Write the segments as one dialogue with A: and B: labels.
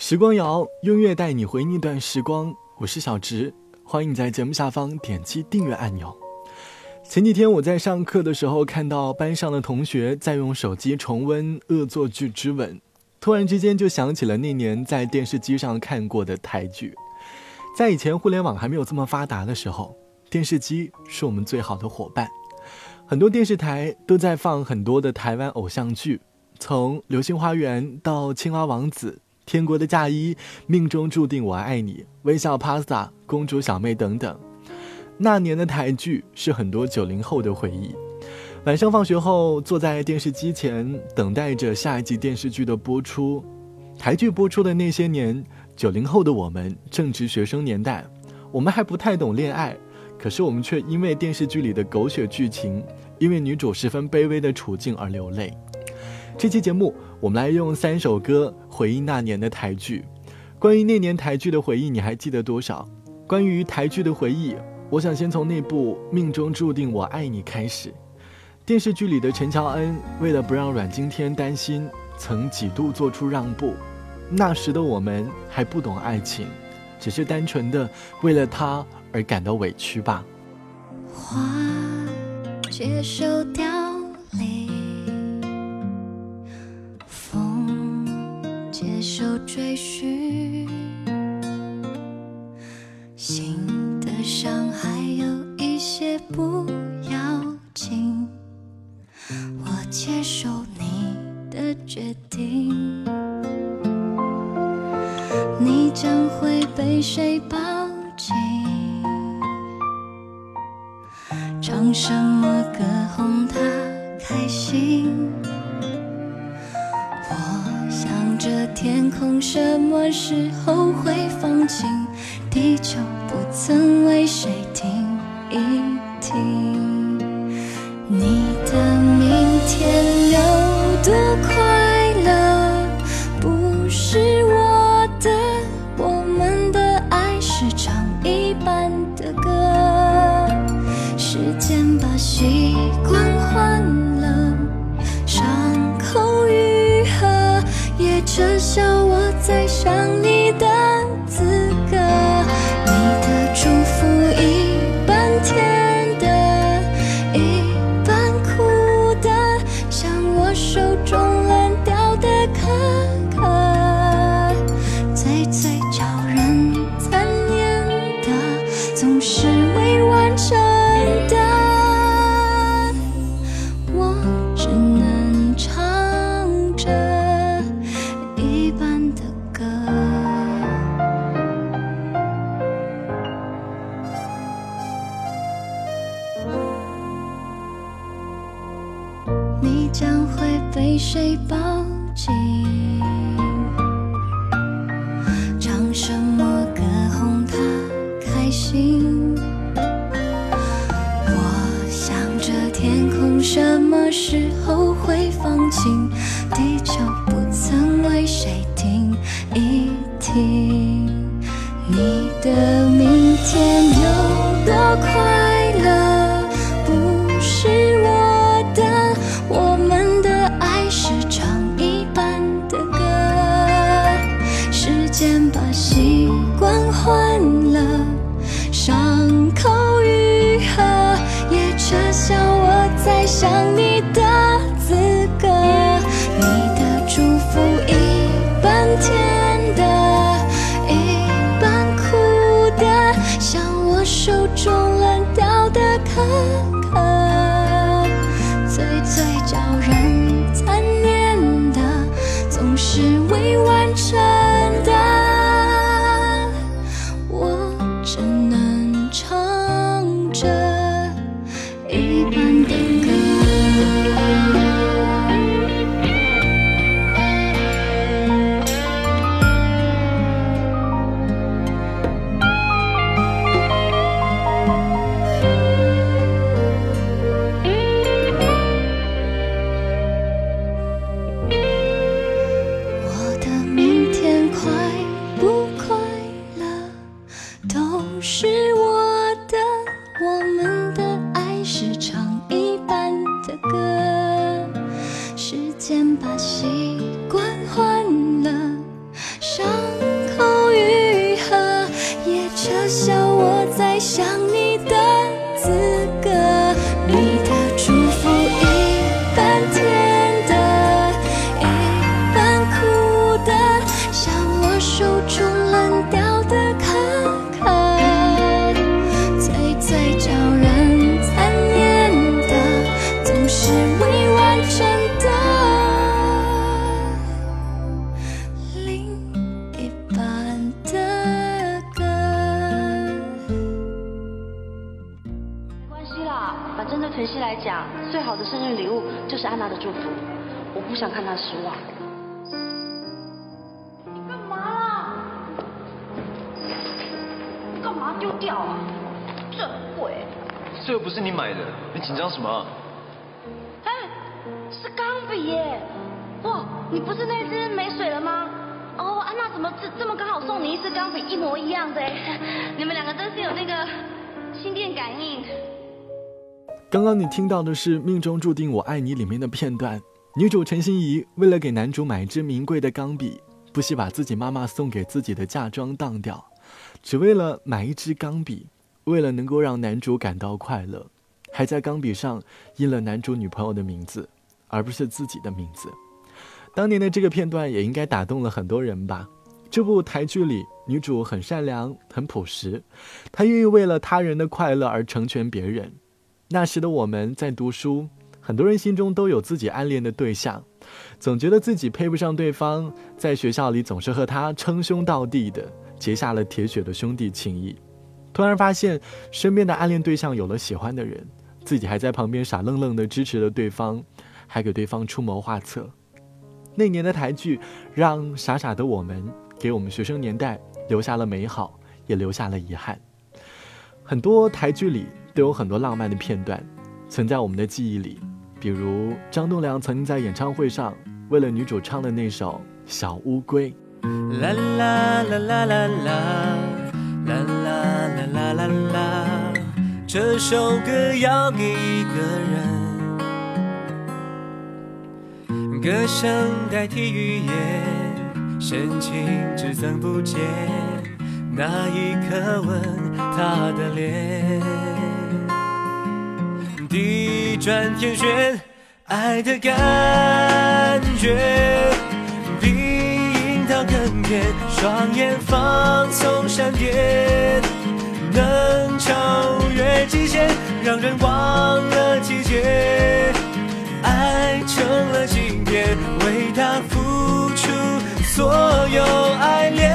A: 时光谣，音乐带你回那段时光，我是小直，欢迎你在节目下方点击订阅按钮。前几天我在上课的时候，看到班上的同学在用手机重温《恶作剧之吻》，突然之间就想起了那年在电视机上看过的台剧。在以前互联网还没有这么发达的时候，电视机是我们最好的伙伴。很多电视台都在放很多的台湾偶像剧，从《流星花园》到《青蛙王子》、《天国的嫁衣》、《命中注定我爱你》、《微笑 Pasta》、《公主小妹》等等。那年的台剧是很多90后的回忆。晚上放学后，坐在电视机前，等待着下一集电视剧的播出。台剧播出的那些年，90后的我们正值学生年代，我们还不太懂恋爱，可是我们却因为电视剧里的狗血剧情，因为女主十分卑微的处境而流泪。这期节目我们来用3首歌回忆那年的台剧。关于那年台剧的回忆，你还记得多少？关于台剧的回忆，我想先从那部《命中注定我爱你》开始。电视剧里的陈乔恩为了不让阮经天担心，曾几度做出让步。那时的我们还不懂爱情，只是单纯的为了他而感到委屈吧。
B: 花接受凋零，风接受追寻，心的伤还有一些不要紧，我接受你的决定。你将会被谁抱紧？唱什么歌哄他开心？我想着天空什么时候会放晴，地球不曾为谁停一停。你的明天有多快乐，不是我的，我们的爱是唱一半的歌。时间把习惯换了，伤口愈合，也撤销我再想你的资格。你的祝福一半甜的，一半苦的，像我手中烂掉的可可。最叫人残念的，总是未完成的，我只能唱着一半的歌。你将会被谁抱紧？唱什么歌哄他开心？我想着天空什么时候会放晴，地球不曾为谁停一停。你的明天有多快乐，不是我的，我们的爱是唱一半的歌。时间把习惯换了，伤口愈合，也撤销我再想你的资格。你的祝福一半甜的，一半苦的，像我手中烂掉的可可。最叫人残念的，总是未完成的，我只能唱着一半的歌。我
C: 来讲，最好的生日礼物就是安娜的祝福，我不想看她失望。你干嘛啦？干嘛丢掉啊？真贵。
D: 这又不是你买的，你紧张什么？
C: 哎，是钢笔耶！哇，你不是那支没水了吗？哦，安娜怎么这么刚好送你一支钢笔一模一样的？你们两个真是有那个心电感应。
A: 刚刚你听到的是《命中注定我爱你》里面的片段，女主陈心怡为了给男主买一支名贵的钢笔，不惜把自己妈妈送给自己的嫁妆当掉，只为了买一支钢笔，为了能够让男主感到快乐，还在钢笔上印了男主女朋友的名字，而不是自己的名字。当年的这个片段也应该打动了很多人吧。这部台剧里，女主很善良，很朴实，她愿意为了他人的快乐而成全别人。那时的我们在读书，很多人心中都有自己暗恋的对象，总觉得自己配不上对方，在学校里总是和他称兄道弟的，结下了铁血的兄弟情谊。突然发现身边的暗恋对象有了喜欢的人，自己还在旁边傻愣愣地支持了对方，还给对方出谋划策。那年的台剧让傻傻的我们，给我们学生年代留下了美好，也留下了遗憾。很多台剧里都有很多浪漫的片段存在我们的记忆里，比如张栋梁曾经在演唱会上为了女主唱的那首《小乌龟》。
E: 啦啦啦啦啦啦啦啦啦啦啦，这首歌要给一个人，歌声代替语言，深情只增不减，那一刻吻他的脸，地转天旋，爱的感觉比樱桃更甜，双眼放纵闪电，能超越极限，让人忘了季节，爱成了经典，为他付出所有爱恋，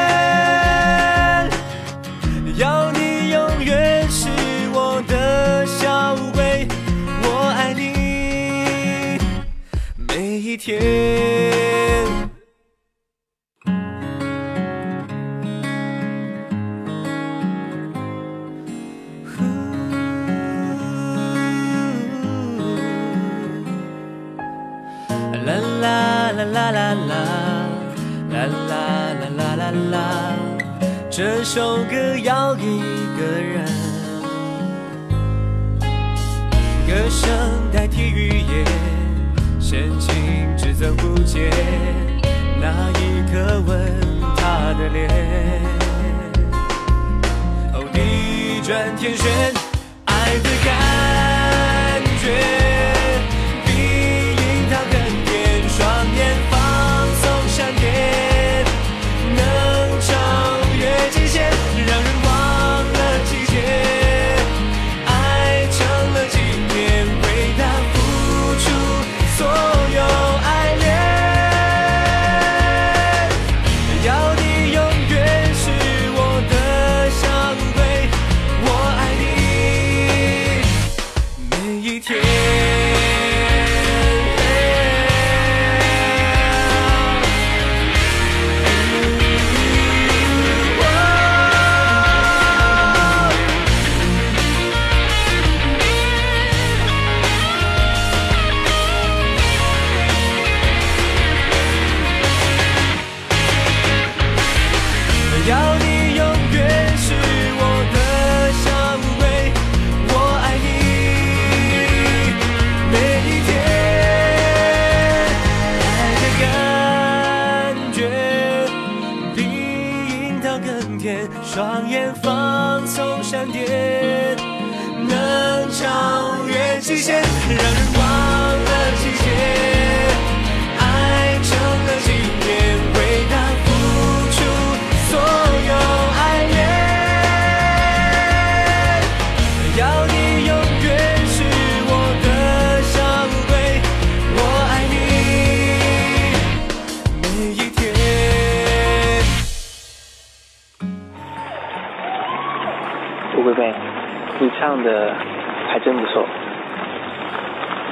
E: 要你永远是我的小乌龟，我爱你每一天。啦啦啦啦啦啦啦啦啦啦啦，这首歌要给一个人，歌声代替语言，深情只增不减，那一刻吻他的脸，哦，地转天旋，爱的感觉双眼放纵闪电，能超越极限，让人忘了季节，爱成了经典，为他付出所有爱恋，要你永远是我的小乌龟，我爱你每一天。要你永远是我的小乌龟，我爱你每一天，爱的感觉比樱桃更甜，双眼放纵闪电，能超越极限，让人忘了季节，爱成了经典，为他付出所有爱恋，要你永远是我的小乌龟，我爱你每一天。
F: 乌龟妹，你唱的还真不错，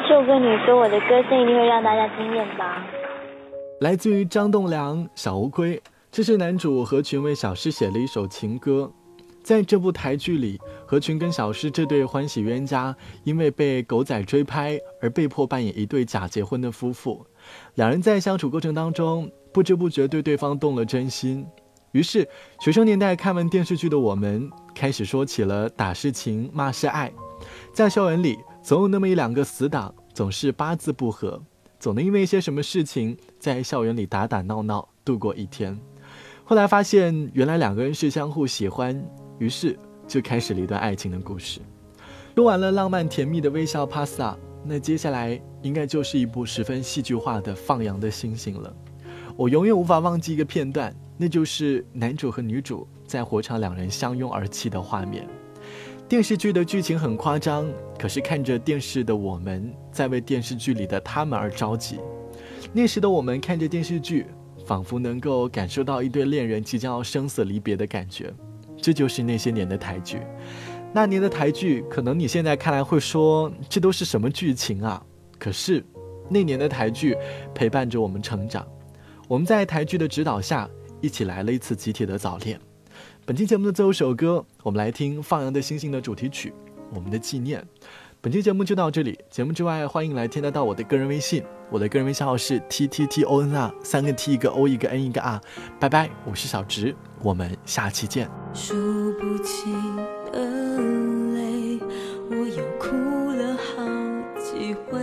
F: 这首歌你说我的歌声一定会让大家惊艳吧。
A: 来自于张栋梁小乌龟，这是男主何群为小诗写了一首情歌。在这部台剧里，何群跟小诗这对欢喜冤家因为被狗仔追拍而被迫扮演一对假结婚的夫妇，两人在相处过程当中不知不觉对对方动了真心。于是学生年代看完电视剧的我们开始说起了打是情骂是爱。在校园里总有那么一两个死党，总是八字不合，总能因为一些什么事情在校园里打打闹闹度过一天。后来发现原来两个人是相互喜欢，于是就开始了一段爱情的故事。说完了浪漫甜蜜的微笑 Pasta， 那接下来应该就是一部十分戏剧化的放羊的星星了。我永远无法忘记一个片段，那就是男主和女主在火场两人相拥而泣的画面。电视剧的剧情很夸张，可是看着电视的我们在为电视剧里的他们而着急。那时的我们看着电视剧，仿佛能够感受到一对恋人即将要生死离别的感觉。这就是那些年的台剧。那年的台剧可能你现在看来会说这都是什么剧情啊，可是那年的台剧陪伴着我们成长。我们在台剧的指导下一起来了一次集体的早恋。本期节目的最后首歌，我们来听放羊的星星的主题曲《我们的纪念》。本期节目就到这里，节目之外欢迎来添加到我的个人微信，我的个人微信号是 TTTONR， 3个 T 一个 O 一个 N 一个 R。拜拜，我是小直，我们下期见。
B: 数不清的泪，我又哭了好几回，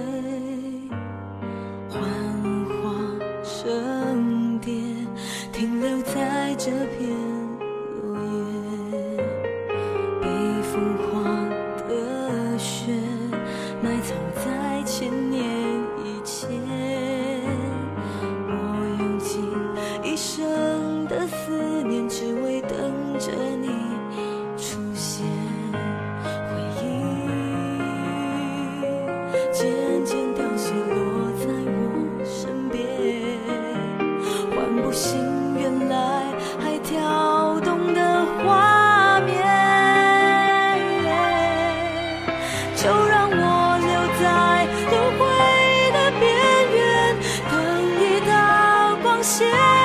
B: 幻化成蝶，停留在这片落叶，被风化的雪埋藏在千年以前，我用尽一生的思念，只为等着你出现。回忆渐渐凋谢，落在我身边，唤不醒原来还跳动的画面。就让我留在轮回的边缘，等一道光线。